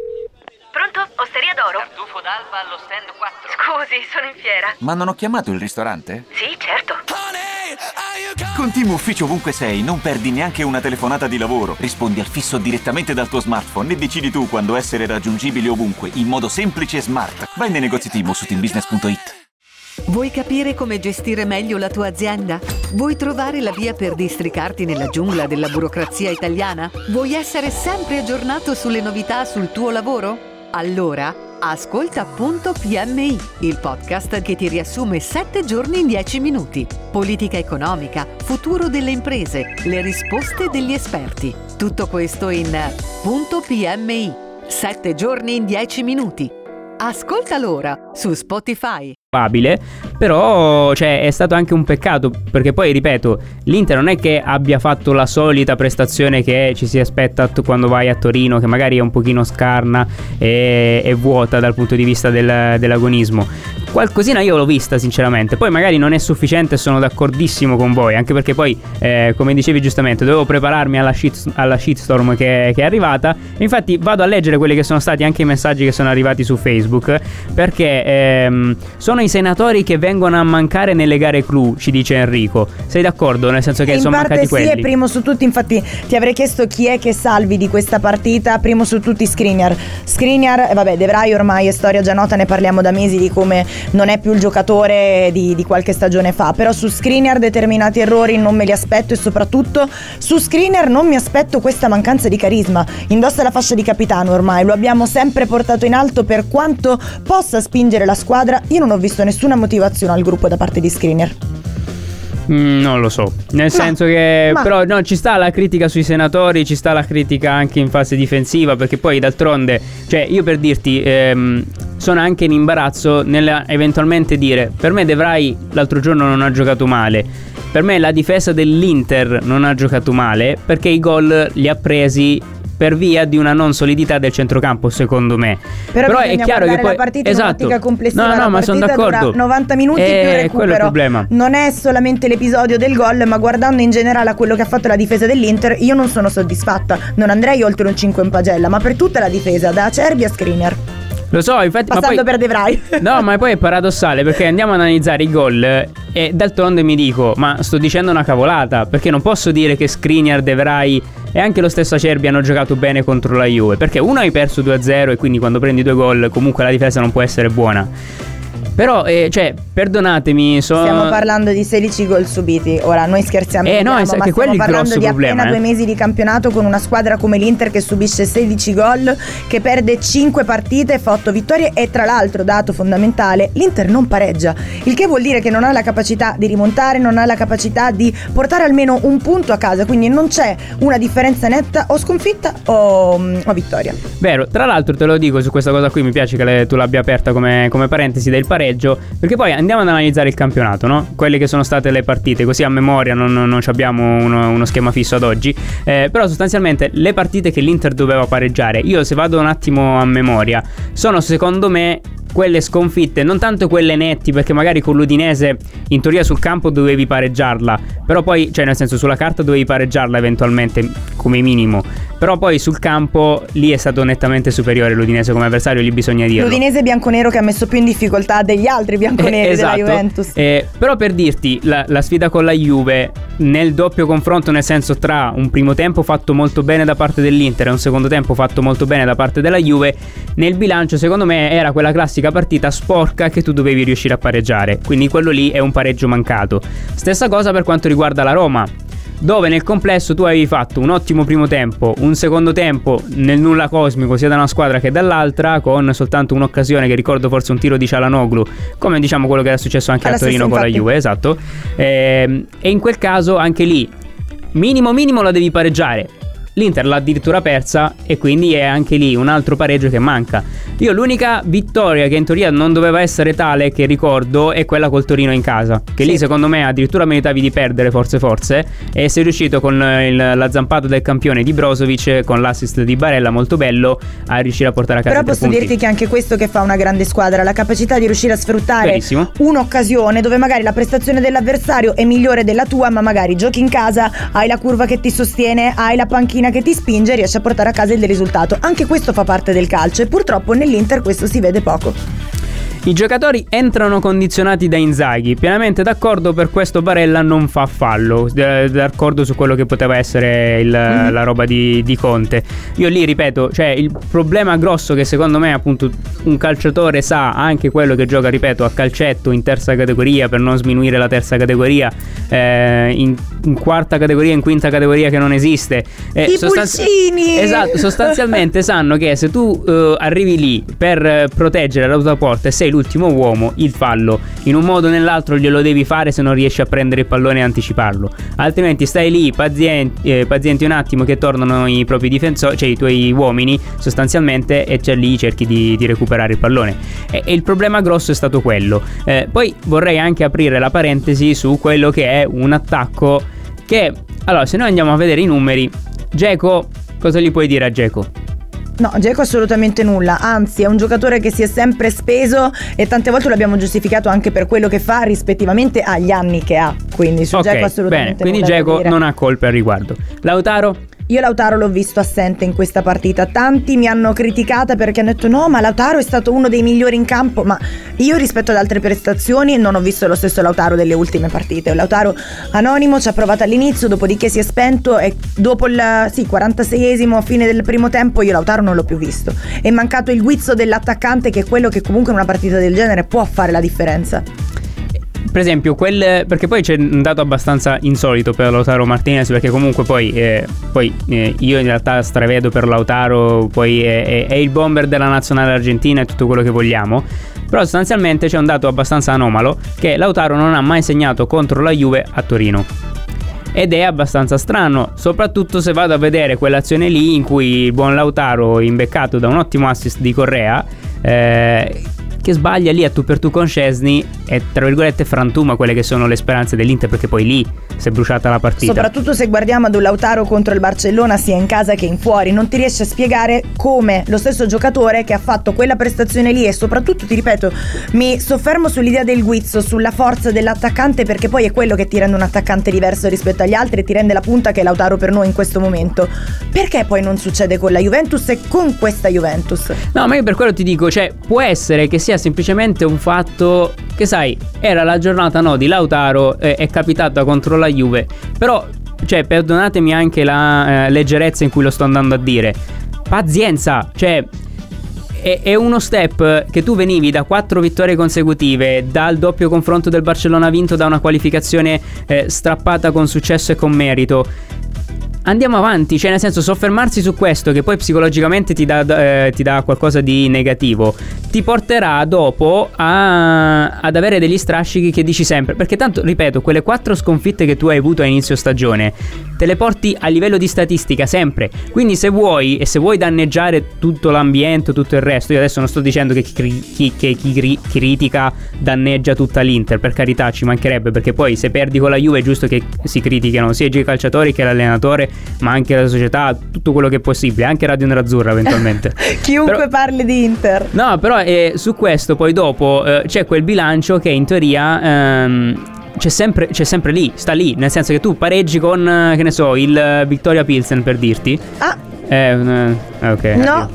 Osteria d'Oro? Tartufo d'Alba allo stand 4. Scusi, sono in fiera. Ma non ho chiamato il ristorante? Sì, certo. Con Team Ufficio ovunque sei, non perdi neanche una telefonata di lavoro. Rispondi al fisso direttamente dal tuo smartphone e decidi tu quando essere raggiungibile ovunque, in modo semplice e smart. Vai nei negozi Team o su teambusiness.it. Vuoi capire come gestire meglio la tua azienda? Vuoi trovare la via per districarti nella giungla della burocrazia italiana? Vuoi essere sempre aggiornato sulle novità sul tuo lavoro? Allora, ascolta Punto PMI, il podcast che ti riassume 7 giorni in 10 minuti. Politica economica, futuro delle imprese, le risposte degli esperti. Tutto questo in Punto PMI, 7 giorni in 10 minuti. Ascoltalo ora su Spotify. Però è stato anche un peccato, perché poi ripeto, l'Inter non è che abbia fatto la solita prestazione che ci si aspetta quando vai a Torino, che magari è un pochino scarna e vuota dal punto di vista dell'agonismo. Qualcosina io l'ho vista sinceramente, poi magari non è sufficiente, sono d'accordissimo con voi, anche perché poi come dicevi giustamente dovevo prepararmi alla shitstorm che è arrivata, e infatti vado a leggere quelli che sono stati anche i messaggi che sono arrivati su Facebook, perché sono i senatori che vengono a mancare nelle gare clou, ci dice Enrico. Sei d'accordo? Nel senso che sono mancati quelli? In parte sì, e primo su tutti, infatti ti avrei chiesto chi è che salvi di questa partita. Primo su tutti Skriniar, vabbè, De Vrij ormai è storia già nota, ne parliamo da mesi di come non è più il giocatore di qualche stagione fa, però su Skriniar determinati errori non me li aspetto, e soprattutto su Skriniar non mi aspetto questa mancanza di carisma. Indossa la fascia di capitano ormai, lo abbiamo sempre portato in alto, per quanto possa spingere la squadra. Io non ho visto nessuna motivazione al gruppo da parte di Skriniar. Non lo so, nel senso che però no, ci sta la critica sui senatori, ci sta la critica anche in fase difensiva, perché poi d'altronde, io per dirti sono anche in imbarazzo nel eventualmente dire, per me De Vrij l'altro giorno non ha giocato male, per me la difesa dell'Inter non ha giocato male, perché i gol li ha presi per via di una non solidità del centrocampo, secondo me. Però è chiaro che poi la partita in un'ottica complessiva, no, ma sono d'accordo, 90 minuti più recupero, quello è il problema. Non è solamente l'episodio del gol, ma guardando in generale a quello che ha fatto la difesa dell'Inter, io non sono soddisfatta. Non andrei oltre un 5 in pagella, ma per tutta la difesa, da Acerbi a Skriniar. Lo so, infatti, passando per De Vrij. No, ma poi è paradossale, perché andiamo ad analizzare i gol e d'altronde mi dico, ma sto dicendo una cavolata, perché non posso dire che Skriniar, De Vrij e anche lo stesso Acerbi hanno giocato bene contro la Juve, perché uno hai perso 2-0 e quindi quando prendi 2 gol comunque la difesa non può essere buona. Però, perdonatemi, stiamo parlando di 16 gol subiti. Ora, noi scherziamo, no, ma stiamo parlando di problema, appena 2 mesi di campionato, con una squadra come l'Inter che subisce 16 gol, che perde 5 partite e fa 8 vittorie, e tra l'altro, dato fondamentale, l'Inter non pareggia, il che vuol dire che non ha la capacità di rimontare, non ha la capacità di portare almeno un punto a casa, quindi non c'è una differenza netta, o sconfitta o vittoria. Vero, tra l'altro te lo dico, su questa cosa qui mi piace che tu l'abbia aperta come parentesi del pareggio, perché poi andiamo ad analizzare il campionato, no? Quelle che sono state le partite, così a memoria non abbiamo uno schema fisso ad oggi, però sostanzialmente le partite che l'Inter doveva pareggiare, io se vado un attimo a memoria, sono secondo me quelle sconfitte, non tanto quelle netti, perché magari con l'Udinese in teoria sul campo dovevi pareggiarla, però poi, nel senso, sulla carta dovevi pareggiarla eventualmente come minimo, però poi sul campo lì è stato nettamente superiore l'Udinese come avversario, lì bisogna dirlo. L'Udinese bianconero che ha messo più in difficoltà degli altri bianconeri esatto. della Juventus. Però per dirti, la sfida con la Juve nel doppio confronto, nel senso tra un primo tempo fatto molto bene da parte dell'Inter e un secondo tempo fatto molto bene da parte della Juve, nel bilancio secondo me era quella classica partita sporca che tu dovevi riuscire a pareggiare, quindi quello lì è un pareggio mancato. Stessa cosa per quanto riguarda la Roma, dove nel complesso tu avevi fatto un ottimo primo tempo, un secondo tempo nel nulla cosmico sia da una squadra che dall'altra, con soltanto un'occasione che ricordo forse un tiro di Çalhanoğlu, come diciamo quello che era successo anche a Torino con la Juve, esatto, e in quel caso anche lì minimo la devi pareggiare. l'Inter l'ha addirittura persa e quindi è anche lì un altro pareggio che manca. Io l'unica vittoria che in teoria non doveva essere tale, che ricordo, è quella col Torino in casa, che lì secondo me addirittura meritavi di perdere forse, e sei riuscito con la zampata del campione di Brozovic, con l'assist di Barella molto bello, a riuscire a portare a casa. Però posso dirti che anche questo che fa una grande squadra, la capacità di riuscire a sfruttare un'occasione dove magari la prestazione dell'avversario è migliore della tua, ma magari giochi in casa, hai la curva che ti sostiene, hai la panchina che ti spinge, riesci a portare a casa il risultato. Anche questo fa parte del calcio e purtroppo nell'Inter questo si vede poco. I giocatori entrano condizionati da Inzaghi, pienamente d'accordo, per questo Barella non fa fallo, d'accordo su quello che poteva essere la roba di Conte. Io lì ripeto, cioè il problema grosso che secondo me appunto un calciatore sa, anche quello che gioca, ripeto, a calcetto in terza categoria, per non sminuire la terza categoria, in quarta categoria, in quinta categoria che non esiste, i pulcini! Esatto, sostanzialmente sanno che se tu arrivi lì per proteggere la tua porta e sei l'ultimo uomo, il fallo in un modo o nell'altro glielo devi fare se non riesci a prendere il pallone e anticiparlo, altrimenti stai lì pazienti un attimo che tornano i propri difensori, cioè i tuoi uomini sostanzialmente, e c'è lì cerchi di recuperare il pallone, e il problema grosso è stato quello. Poi vorrei anche aprire la parentesi su quello che è un attacco che, allora, se noi andiamo a vedere i numeri, Dzeko, cosa gli puoi dire a Dzeko? No, Dzeko assolutamente nulla, anzi è un giocatore che si è sempre speso e tante volte l'abbiamo giustificato anche per quello che fa rispettivamente agli anni che ha, quindi su Dzeko assolutamente bene, quindi Dzeko non ha colpe al riguardo. Lautaro? Io Lautaro l'ho visto assente in questa partita. Tanti mi hanno criticata perché hanno detto no, ma Lautaro è stato uno dei migliori in campo. Ma io rispetto ad altre prestazioni non ho visto lo stesso Lautaro delle ultime partite. Un Lautaro anonimo, ci ha provato all'inizio, dopodiché si è spento e dopo il 46esimo a fine del primo tempo io Lautaro non l'ho più visto. È mancato il guizzo dell'attaccante, che è quello che comunque in una partita del genere può fare la differenza. Per esempio perché poi c'è un dato abbastanza insolito per Lautaro Martinez, perché comunque poi io in realtà stravedo per Lautaro, poi è il bomber della nazionale argentina e tutto quello che vogliamo, però sostanzialmente c'è un dato abbastanza anomalo, che Lautaro non ha mai segnato contro la Juve a Torino. Ed è abbastanza strano, soprattutto se vado a vedere quell'azione lì in cui il buon Lautaro, imbeccato da un ottimo assist di Correa, che sbaglia lì a tu per tu con Szczesny e tra virgolette frantuma quelle che sono le speranze dell'Inter, perché poi lì si è bruciata la partita. Soprattutto se guardiamo ad un Lautaro contro il Barcellona sia in casa che in fuori, non ti riesce a spiegare come lo stesso giocatore che ha fatto quella prestazione lì, e soprattutto ti ripeto, mi soffermo sull'idea del guizzo, sulla forza dell'attaccante, perché poi è quello che ti rende un attaccante diverso rispetto agli altri e ti rende la punta che è Lautaro per noi in questo momento. Perché poi non succede con la Juventus e con questa Juventus? No, ma io per quello ti dico, cioè può essere che sia semplicemente un fatto che, sai, era la giornata di Lautaro, è capitata contro la Juve, però, cioè, perdonatemi anche la leggerezza in cui lo sto andando a dire, pazienza, cioè è uno step che tu venivi da 4 vittorie consecutive, dal doppio confronto del Barcellona vinto da una qualificazione strappata con successo e con merito. Andiamo avanti, cioè nel senso, soffermarsi su questo che poi psicologicamente ti dà qualcosa di negativo, ti porterà dopo ad avere degli strascichi che dici sempre, perché tanto, ripeto, quelle 4 sconfitte che tu hai avuto a inizio stagione te le porti a livello di statistica sempre, quindi se vuoi danneggiare tutto l'ambiente, tutto il resto, io adesso non sto dicendo che chi critica danneggia tutta l'Inter, per carità, ci mancherebbe, perché poi se perdi con la Juve è giusto che si critichino sia i calciatori che l'allenatore, ma anche la società, tutto quello che è possibile, anche Radio Nerazzurra eventualmente. Chiunque parli di Inter. No, però su questo poi dopo c'è quel bilancio che in teoria c'è sempre lì, sta lì, nel senso che tu pareggi con, che ne so, il Victoria Pilsen, per dirti. Ok. No.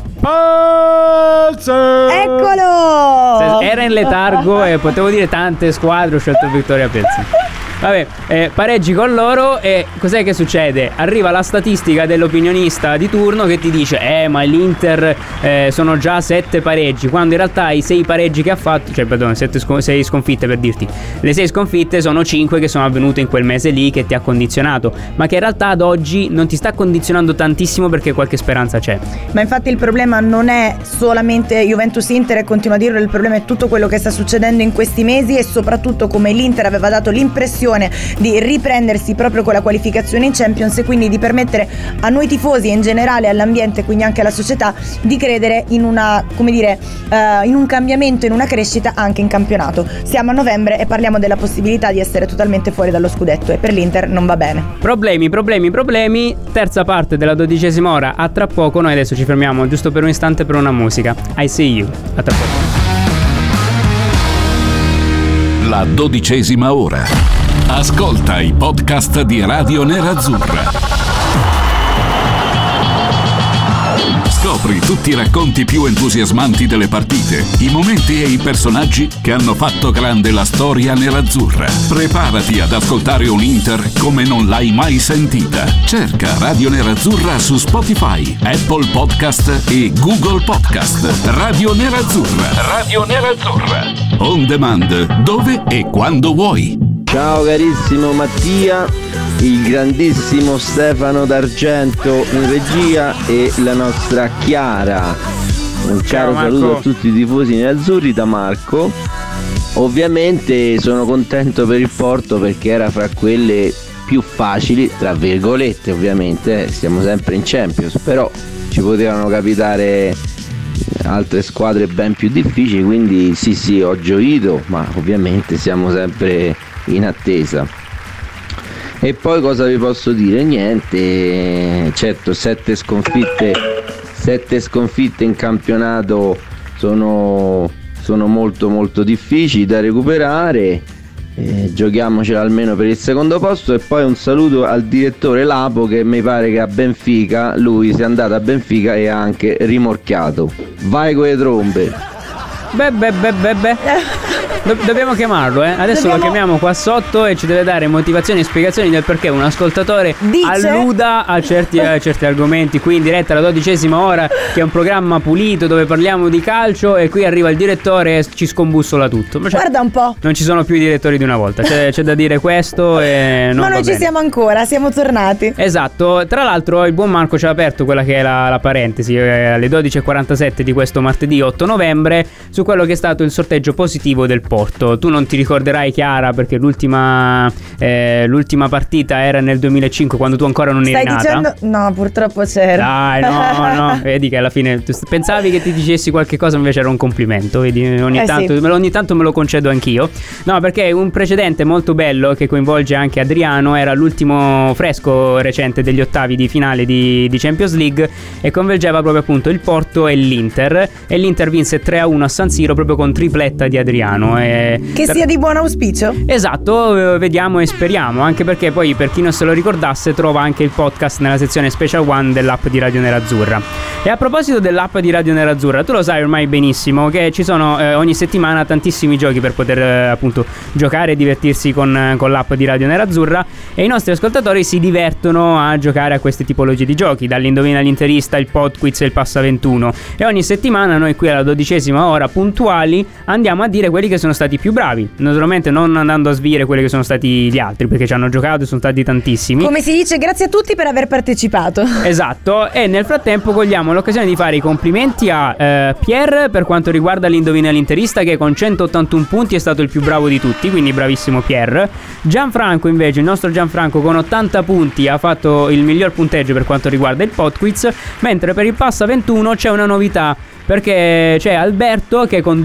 Eccolo! Era in letargo e potevo dire tante squadre, ho scelto il Victoria Pilsen. Vabbè, pareggi con loro e cos'è che succede? Arriva la statistica dell'opinionista di turno che ti dice ma l'Inter sono già 7 pareggi, quando in realtà i 6 pareggi che ha fatto, cioè perdone, 6 sconfitte, per dirti, le 6 sconfitte sono 5 che sono avvenute in quel mese lì, che ti ha condizionato, ma che in realtà ad oggi non ti sta condizionando tantissimo, perché qualche speranza c'è. Ma infatti il problema non è solamente Juventus-Inter, e continuo a dirlo, il problema è tutto quello che sta succedendo in questi mesi, e soprattutto come l'Inter aveva dato l'impressione decisione di riprendersi proprio con la qualificazione in Champions e quindi di permettere a noi tifosi e in generale all'ambiente, quindi anche alla società, di credere in una, come dire, in un cambiamento, in una crescita anche in campionato. Siamo a novembre e parliamo della possibilità di essere totalmente fuori dallo scudetto e per l'Inter non va bene. Problemi. Terza parte della 12ª ora, a tra poco. Noi adesso ci fermiamo giusto per un istante per una musica. I See You, a tra poco. La 12ª ora. Ascolta i podcast di Radio Nerazzurra. Scopri tutti i racconti più entusiasmanti delle partite, i momenti e i personaggi che hanno fatto grande la storia nerazzurra. Preparati ad ascoltare un Inter come non l'hai mai sentita. Cerca Radio Nerazzurra su Spotify, Apple Podcast e Google Podcast. Radio Nerazzurra. Radio Nerazzurra. On demand, dove e quando vuoi. Ciao carissimo Mattia, il grandissimo Stefano D'Argento in regia e la nostra Chiara. Un caro saluto a tutti i tifosi nerazzurri da Marco. Ovviamente sono contento per il Porto perché era fra quelle più facili, tra virgolette ovviamente, siamo sempre in Champions, però ci potevano capitare altre squadre ben più difficili, quindi sì, ho gioito, ma ovviamente siamo sempre in attesa. E poi cosa vi posso dire? Niente, certo 7 sconfitte in campionato sono molto molto difficili da recuperare. Giochiamocela almeno per il secondo posto. E poi un saluto al direttore Lapo, che mi pare che a Benfica, lui si è andato a Benfica e ha anche rimorchiato. Vai con le trombe. Dobbiamo chiamarlo, adesso lo chiamiamo qua sotto e ci deve dare motivazioni e spiegazioni del perché un ascoltatore alluda a certi argomenti qui in diretta alla 12ª ora, che è un programma pulito dove parliamo di calcio, e qui arriva il direttore e ci scombussola tutto. Guarda un po'. Non ci sono più i direttori di una volta, c'è da dire questo e non ma noi ci siamo ancora, siamo tornati. Esatto, tra l'altro il buon Marco ci ha aperto quella che è la parentesi alle 12.47 di questo martedì 8 novembre su quello che è stato il sorteggio positivo del Porto. Tu non ti ricorderai, Chiara, perché l'ultima partita era nel 2005, quando tu ancora non eri nata. Stai dicendo? No, purtroppo c'era. Dai, no. Vedi che alla fine tu pensavi che ti dicessi qualche cosa, invece era un complimento. Vedi, ogni tanto me lo concedo anch'io. No, perché un precedente molto bello che coinvolge anche Adriano era l'ultimo fresco recente degli ottavi di finale di Champions League, e coinvolgeva proprio appunto il Porto e l'Inter. E l'Inter vinse 3-1 a San Siro proprio con tripletta di Adriano. Che sia di buon auspicio. Esatto, vediamo e speriamo, anche perché poi, per chi non se lo ricordasse, trova anche il podcast nella sezione Special One dell'app di Radio Nerazzurra. E a proposito dell'app di Radio Nerazzurra, tu lo sai ormai benissimo che ci sono ogni settimana tantissimi giochi per poter appunto giocare e divertirsi con l'app di Radio Nerazzurra, e i nostri ascoltatori si divertono a giocare a queste tipologie di giochi, dall'Indovina l'Interista, il Podquiz e il Passa 21, e ogni settimana noi qui alla 12ª ora puntuali andiamo a dire quelli che sono stati più bravi, naturalmente non andando a svilire quelli che sono stati gli altri, perché ci hanno giocato e sono stati tantissimi. Come si dice, grazie a tutti per aver partecipato. Esatto, e nel frattempo cogliamo l'occasione di fare i complimenti a Pierre per quanto riguarda l'Indovina l'Interista, che con 181 punti è stato il più bravo di tutti, quindi bravissimo Pierre. Gianfranco invece, il nostro Gianfranco, con 80 punti ha fatto il miglior punteggio per quanto riguarda il Podquiz, mentre per il Passa 21 c'è una novità, perché c'è Alberto che con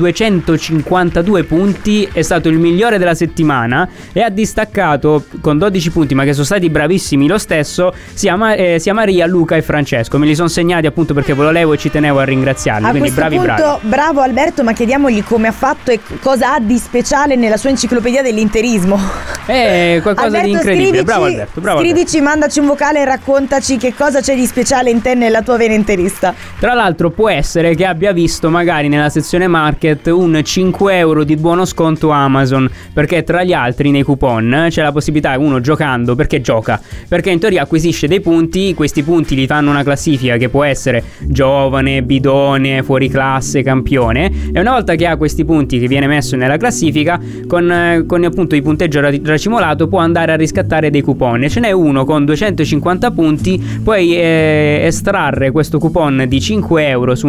252 punti è stato il migliore della settimana e ha distaccato con 12 punti, ma che sono stati bravissimi lo stesso, sia Maria, Luca e Francesco. Me li sono segnati appunto perché ve lo levo e ci tenevo a ringraziarli. A quindi questo bravi. Bravo Alberto, ma chiediamogli come ha fatto e cosa ha di speciale nella sua enciclopedia dell'interismo. Qualcosa Alberto, di incredibile. Bravo Alberto, scrivici, mandaci un vocale e raccontaci che cosa c'è di speciale in te nella tua vena interista. Tra l'altro può essere che abbia visto magari nella sezione market un 5 euro di buono sconto Amazon, perché tra gli altri nei coupon c'è la possibilità, uno giocando, perché gioca, perché in teoria acquisisce dei punti, questi punti gli fanno una classifica che può essere giovane, bidone, fuori classe, campione, e una volta che ha questi punti che viene messo nella classifica con appunto il punteggio racimolato può andare a riscattare dei coupon, e ce n'è uno con 250 punti, puoi estrarre questo coupon di 5 euro su una spesa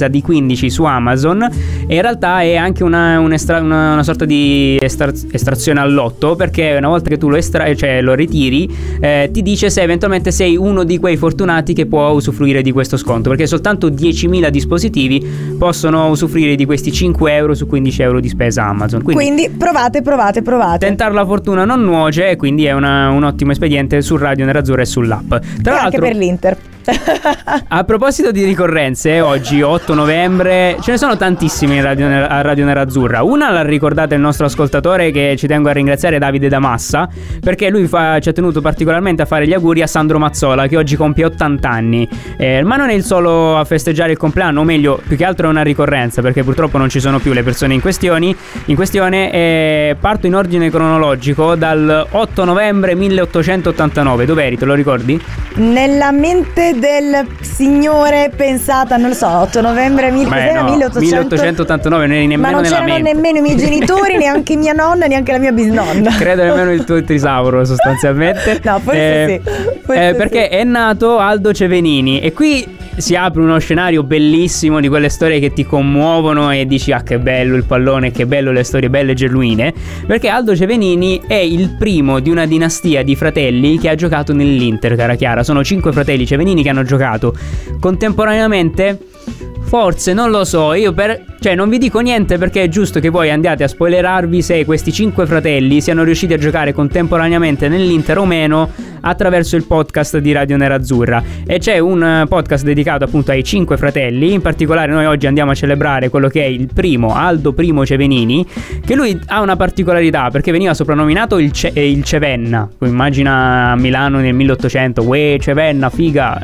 di 15 su Amazon, e in realtà è anche una sorta di estrazione al lotto, perché una volta che tu lo ritiri, ti dice se eventualmente sei uno di quei fortunati che può usufruire di questo sconto, perché soltanto 10.000 dispositivi possono usufruire di questi 5 euro su 15 euro di spesa Amazon. Quindi provate. Tentare la fortuna non nuoce, e quindi è un ottimo espediente su Radio Nerazzurra e sull'app. Tra l'altro, anche per l'Inter. A proposito di ricorrenze, oggi 8 novembre ce ne sono tantissime a Radio Nerazzurra. Una l'ha ricordata il nostro ascoltatore, che ci tengo a ringraziare, Davide da Massa, perché lui ci ha tenuto particolarmente a fare gli auguri a Sandro Mazzola, che oggi compie 80 anni. Ma non è il solo a festeggiare il compleanno, o meglio, più che altro è una ricorrenza, perché purtroppo non ci sono più le persone in questione. Parto in ordine cronologico dal 8 novembre 1889. Dov'eri, te lo ricordi? Nella mente del signore pensata, non lo so, 8 novembre 1889, non eri nemmeno ma non nella c'erano mente. nemmeno i miei genitori, neanche mia nonna, neanche la mia bisnonna. Credo nemmeno il tuo trisauro, sostanzialmente. No, forse sì. Perché è nato Aldo Cevenini, e qui si apre uno scenario bellissimo di quelle storie che ti commuovono e dici che bello il pallone, che bello le storie belle e genuine, perché Aldo Cevenini è il primo di una dinastia di fratelli che ha giocato nell'Inter, cara Chiara. Sono 5 fratelli Cevenini che hanno giocato contemporaneamente. Forse, non lo so, non vi dico niente, perché è giusto che voi andiate a spoilerarvi se questi 5 fratelli siano riusciti a giocare contemporaneamente nell'Inter o meno attraverso il podcast di Radio Nerazzurra. E c'è un podcast dedicato appunto ai 5 fratelli. In particolare noi oggi andiamo a celebrare quello che è il primo, Aldo I Cevenini, che lui ha una particolarità, perché veniva soprannominato il Cevenna. Immagina a Milano nel 1800, Cevenna, figa.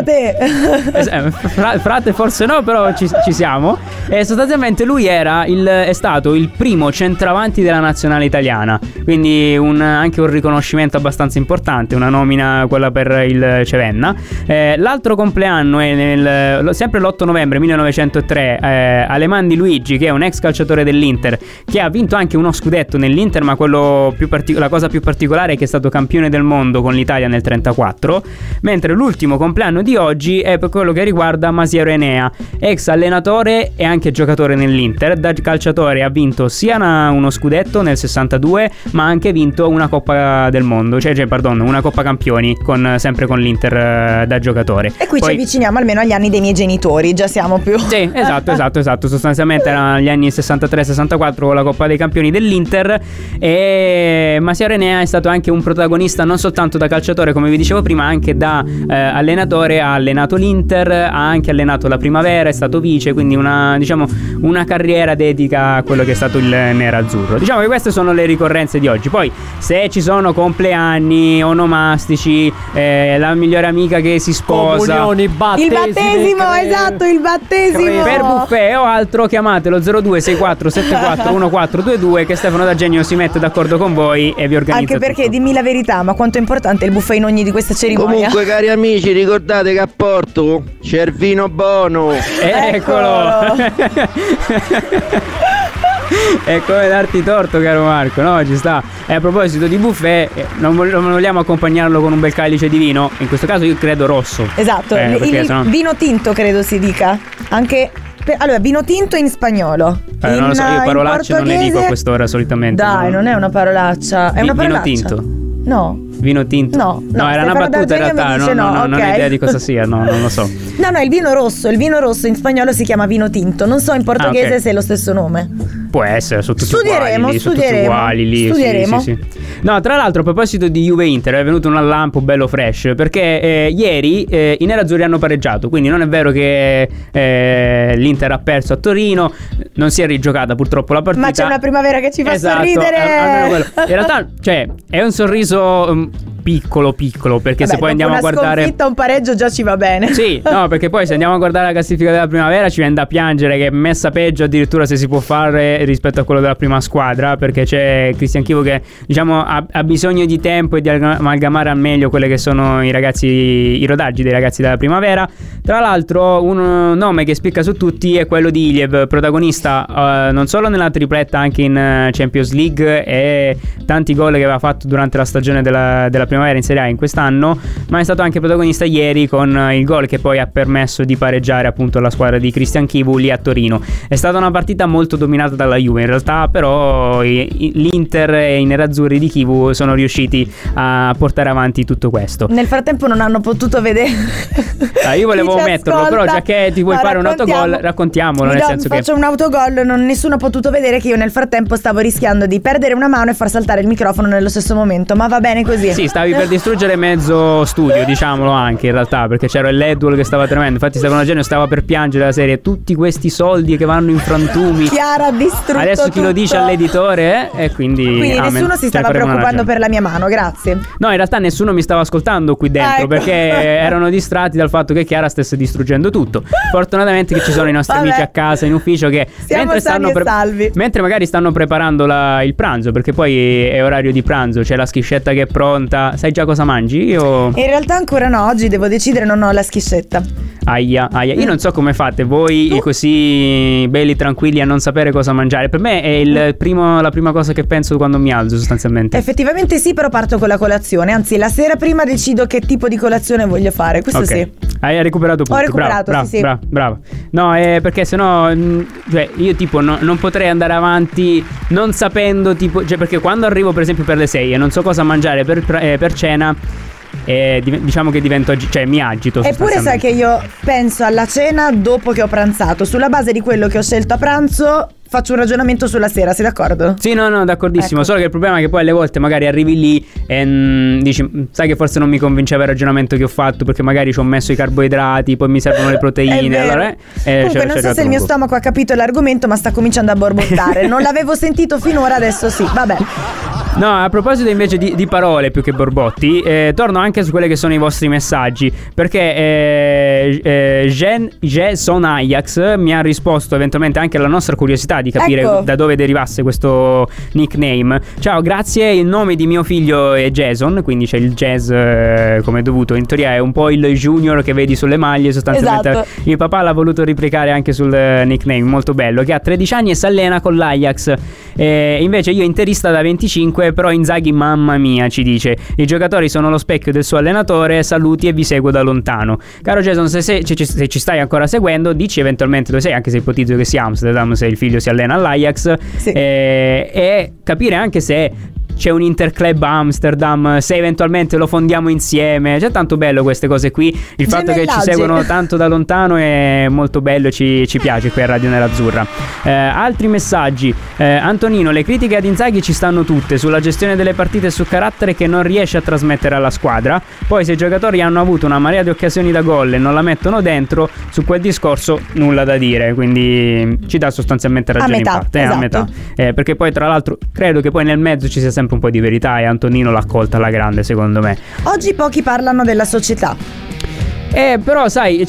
Frate forse no, però ci siamo. E sostanzialmente lui è stato il primo centravanti della nazionale italiana, quindi anche un riconoscimento abbastanza importante, una nomina quella per il Cevenna. L'altro compleanno è sempre l'8 novembre 1903, Alemandi Luigi, che è un ex calciatore dell'Inter, che ha vinto anche uno scudetto nell'Inter, ma la cosa più particolare è che è stato campione del mondo con l'Italia nel 1934. Mentre l'ultimo compleanno di oggi è per quello che riguarda Masiero Enea, ex allenatore e anche giocatore nell'Inter. Da calciatore ha vinto sia uno scudetto nel 62, ma ha anche vinto una Coppa del Mondo, una Coppa Campioni sempre con l'Inter da giocatore. E qui ci avviciniamo almeno agli anni dei miei genitori, già siamo più. Sì, esatto. Sostanzialmente erano gli anni 63-64 con la Coppa dei Campioni dell'Inter. E Masiero Enea è stato anche un protagonista non soltanto da calciatore, come vi dicevo prima, anche da allenatore. Ha allenato l'Inter, ha anche allenato la Primavera, è stato vice, quindi una carriera dedica a quello che è stato il nerazzurro. Diciamo che queste sono le ricorrenze di oggi. Poi se ci sono compleanni, onomastici, la migliore amica che si sposa, comunioni, il battesimo, esatto, il battesimo. Per buffet o altro chiamatelo 0264741422 che Stefano D'Agenio si mette d'accordo con voi e vi organizza anche perché tutto. Dimmi la verità, ma quanto è importante il buffet in ogni di queste cerimonie? Comunque, cari amici, ricordate che a Porto c'è il vino buono. Eccolo. È come darti torto, caro Marco, no? Ci sta. E a proposito di buffet, non vogliamo accompagnarlo con un bel calice di vino? In questo caso io credo rosso. Esatto, il vino tinto credo si dica. Anche allora, vino tinto in spagnolo. Non lo so, io parolacce non ne dico a quest'ora solitamente. Dai, non è una parolaccia. È una parolaccia. Vino tinto. No. Vino tinto? No, era una battuta in realtà, non ho idea di cosa sia, non lo so. No, il vino rosso in spagnolo si chiama vino tinto. Non so in portoghese se è lo stesso nome. Può essere, sono tutti studieremo. uguali lì. Sì. No, tra l'altro a proposito di Juve Inter è venuto un lampo bello fresh, perché ieri i nerazzurri hanno pareggiato, quindi non è vero che l'Inter ha perso a Torino, non si è rigiocata purtroppo la partita. Ma c'è una Primavera che ci fa sorridere. Almeno quello. In realtà, è un sorriso piccolo, perché se poi andiamo a guardare una sconfitta, un pareggio già ci va bene. Sì, no, perché poi se andiamo a guardare la classifica della Primavera ci viene da piangere, che è messa peggio addirittura, se si può fare, rispetto a quello della prima squadra, perché c'è Cristian Chivo che ha bisogno di tempo e di amalgamare al meglio quelle che sono i rodaggi dei ragazzi della Primavera. Tra l'altro un nome che spicca su tutti è quello di Iliev, protagonista non solo nella tripletta, anche in Champions League, e tanti gol che aveva fatto durante la stagione della primavera in Serie A in quest'anno, ma è stato anche protagonista ieri con il gol che poi ha permesso di pareggiare appunto la squadra di Christian Chivu lì a Torino. È stata una partita molto dominata dalla Juve in realtà, però l'Inter e i nerazzurri di Chivu sono riusciti a portare avanti tutto questo. Nel frattempo non hanno potuto vedere. Io volevo metterlo, però già che ti vuoi fare un autogol, raccontiamolo, nel senso che faccio un autogol, nessuno ha potuto vedere che io nel frattempo stavo rischiando di perdere una mano e far saltare il microfono nello stesso momento, ma va bene così. Sì, stavi per distruggere mezzo studio, diciamolo anche in realtà, perché c'era il LED che stava tremendo. Infatti Stefano Genio stava per piangere la serie, tutti questi soldi che vanno in frantumi. Chiara ha distrutto adesso chi tutto. lo dice all'editore e quindi nessuno si stava preoccupando per la mia mano, grazie. No, in realtà nessuno mi stava ascoltando qui dentro, perché erano distratti dal fatto che Chiara stesse distruggendo tutto. Fortunatamente che ci sono i nostri amici a casa in ufficio che mentre magari stanno preparando il pranzo, perché poi è orario di pranzo, c'è la schiscetta che è pronta. Sai già cosa mangi? Io in realtà ancora no, oggi devo decidere, non ho la schiscetta. Aia. Io non so come fate voi così belli tranquilli a non sapere cosa mangiare. Per me è la prima cosa che penso quando mi alzo, sostanzialmente. Effettivamente sì, però parto con la colazione. Anzi, la sera prima decido che tipo di colazione voglio fare. Questo sì. Hai recuperato tutto. Ho recuperato, sì. Bravo. No, perché sennò io tipo non potrei andare avanti non sapendo perché quando arrivo per esempio per le 6 e non so cosa mangiare per cena, diciamo che divento mi agito. Eppure sai che io penso alla cena dopo che ho pranzato, sulla base di quello che ho scelto a pranzo. Faccio un ragionamento sulla sera, sei d'accordo? Sì, no, d'accordissimo. Ecco. Solo che il problema è che poi alle volte magari arrivi lì e dici, sai che forse non mi convinceva il ragionamento che ho fatto, perché magari ci ho messo i carboidrati, poi mi servono le proteine. Allora, comunque non so se il mio stomaco ha capito l'argomento, ma sta cominciando a borbottare. Non l'avevo sentito finora, adesso sì, vabbè. No, a proposito invece di parole più che borbotti, torno anche su quelli che sono i vostri messaggi, perché Jason Ajax mi ha risposto eventualmente anche alla nostra curiosità di capire da dove derivasse questo nickname. Ciao, grazie, il nome di mio figlio è Jason, quindi c'è il jazz come dovuto. In teoria è un po' il junior che vedi sulle maglie, sostanzialmente. Esatto. Il papà l'ha voluto replicare anche sul nickname, molto bello, che ha 13 anni e si allena con l'Ajax. Invece io interista da 25, però Inzaghi mamma mia, ci dice. I giocatori sono lo specchio del suo allenatore, saluti e vi seguo da lontano. Caro Jason, se ci stai ancora seguendo, dici eventualmente dove sei, anche se ipotizzo che sia Amsterdam, se il figlio si allena all'Ajax, sì. E capire anche se c'è un Interclub Amsterdam, se eventualmente lo fondiamo insieme. C'è tanto bello queste cose qui. Il fatto che ci seguono tanto da lontano è molto bello, ci piace qui a Radio Nerazzurra. Altri messaggi. Antonino, le critiche ad Inzaghi ci stanno tutte, sulla gestione delle partite e sul carattere che non riesce a trasmettere alla squadra. Poi se i giocatori hanno avuto una marea di occasioni da gol e non la mettono dentro, su quel discorso nulla da dire. Quindi ci dà sostanzialmente ragione in parte, esatto. A metà. Perché poi tra l'altro credo che poi nel mezzo ci sia sempre un po' di verità e Antonino l'ha colta alla grande, secondo me. Oggi pochi parlano della società. Però sai,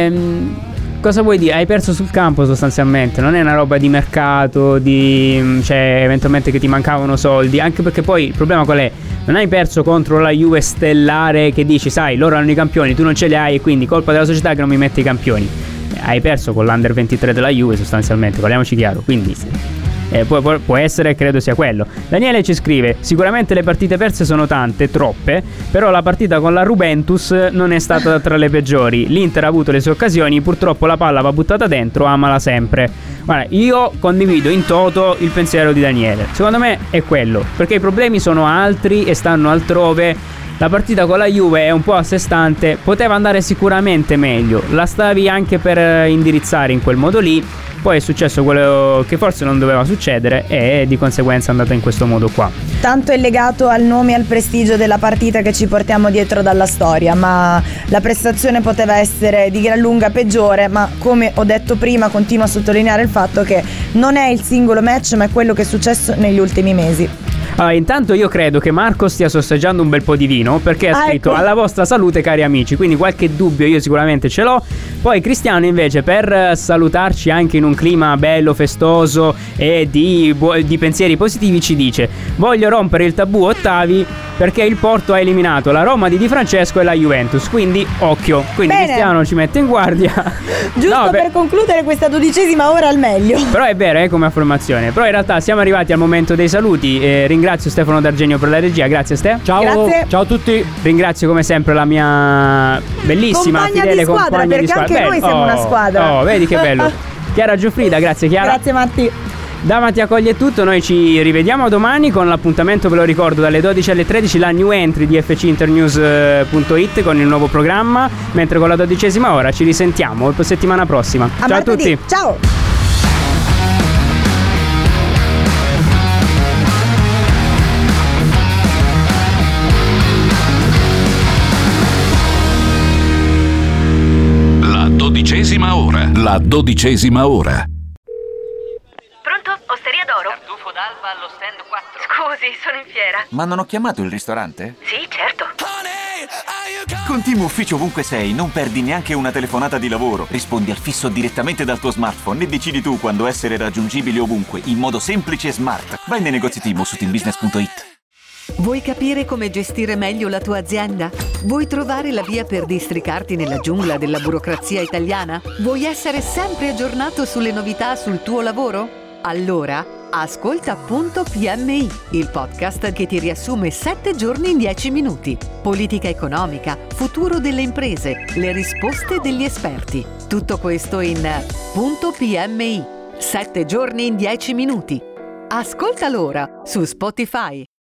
cosa vuoi dire? Hai perso sul campo sostanzialmente. Non è una roba di mercato, eventualmente che ti mancavano soldi. Anche perché poi il problema qual è? Non hai perso contro la Juve stellare che dici, sai, loro hanno i campioni, tu non ce li hai e quindi colpa della società che non mi mette i campioni. Hai perso con l'Under 23 della Juve sostanzialmente, parliamoci chiaro. Quindi può essere, credo sia quello. Daniele ci scrive: sicuramente le partite perse sono tante, troppe, però la partita con la Juventus non è stata tra le peggiori. L'Inter ha avuto le sue occasioni, purtroppo la palla va buttata dentro, amala sempre. Guarda, io condivido in toto il pensiero di Daniele. Secondo me è quello, perché i problemi sono altri e stanno altrove. La partita con la Juve è un po' a sé stante, poteva andare sicuramente meglio, la stavi anche per indirizzare in quel modo lì. Poi è successo quello che forse non doveva succedere e di conseguenza è andata in questo modo qua. Tanto è legato al nome e al prestigio della partita che ci portiamo dietro dalla storia, ma la prestazione poteva essere di gran lunga peggiore, ma come ho detto prima continuo a sottolineare il fatto che non è il singolo match ma è quello che è successo negli ultimi mesi. Intanto io credo che Marco stia sorseggiando un bel po' di vino, perché ha scritto alla vostra salute cari amici, quindi qualche dubbio io sicuramente ce l'ho. Poi Cristiano invece, per salutarci anche in un clima bello, festoso e di pensieri positivi, ci dice: voglio rompere il tabù ottavi, perché il Porto ha eliminato la Roma di Di Francesco e la Juventus, quindi occhio. Quindi Bene. Cristiano ci mette in guardia. Giusto per concludere questa 12ª ora al meglio. Però è vero, come affermazione. Però in realtà siamo arrivati al momento dei saluti. Ringrazio Stefano D'Argenio per la regia. Grazie Ste. Ciao. Grazie. Ciao a tutti. Ringrazio come sempre la mia bellissima Compagna fidele di squadra, compagna di perché squadra. anche noi siamo una squadra. Oh, vedi che bello. Chiara Giuffrida, grazie Chiara. Grazie Matti. Da Mattia Cogli è tutto, noi ci rivediamo domani con l'appuntamento, ve lo ricordo, dalle 12 alle 13 la new entry di fcinternews.it con il nuovo programma, mentre con la 12ª ora ci risentiamo settimana prossima. A Ciao martedì. a tutti. Ciao. La 12ª ora. La 12ª ora. Pronto? Osteria d'oro? Tartufo d'alba allo stand 4. Scusi, sono in fiera. Ma non ho chiamato il ristorante? Sì, certo. Con Team Ufficio ovunque sei, non perdi neanche una telefonata di lavoro. Rispondi al fisso direttamente dal tuo smartphone e decidi tu quando essere raggiungibile ovunque, in modo semplice e smart. Vai nei negozi Team o su teambusiness.it. Vuoi capire come gestire meglio la tua azienda? Vuoi trovare la via per districarti nella giungla della burocrazia italiana? Vuoi essere sempre aggiornato sulle novità sul tuo lavoro? Allora, ascolta Punto PMI, il podcast che ti riassume 7 giorni in 10 minuti. Politica economica, futuro delle imprese, le risposte degli esperti. Tutto questo in Punto PMI, 7 giorni in 10 minuti. Ascoltalo ora su Spotify.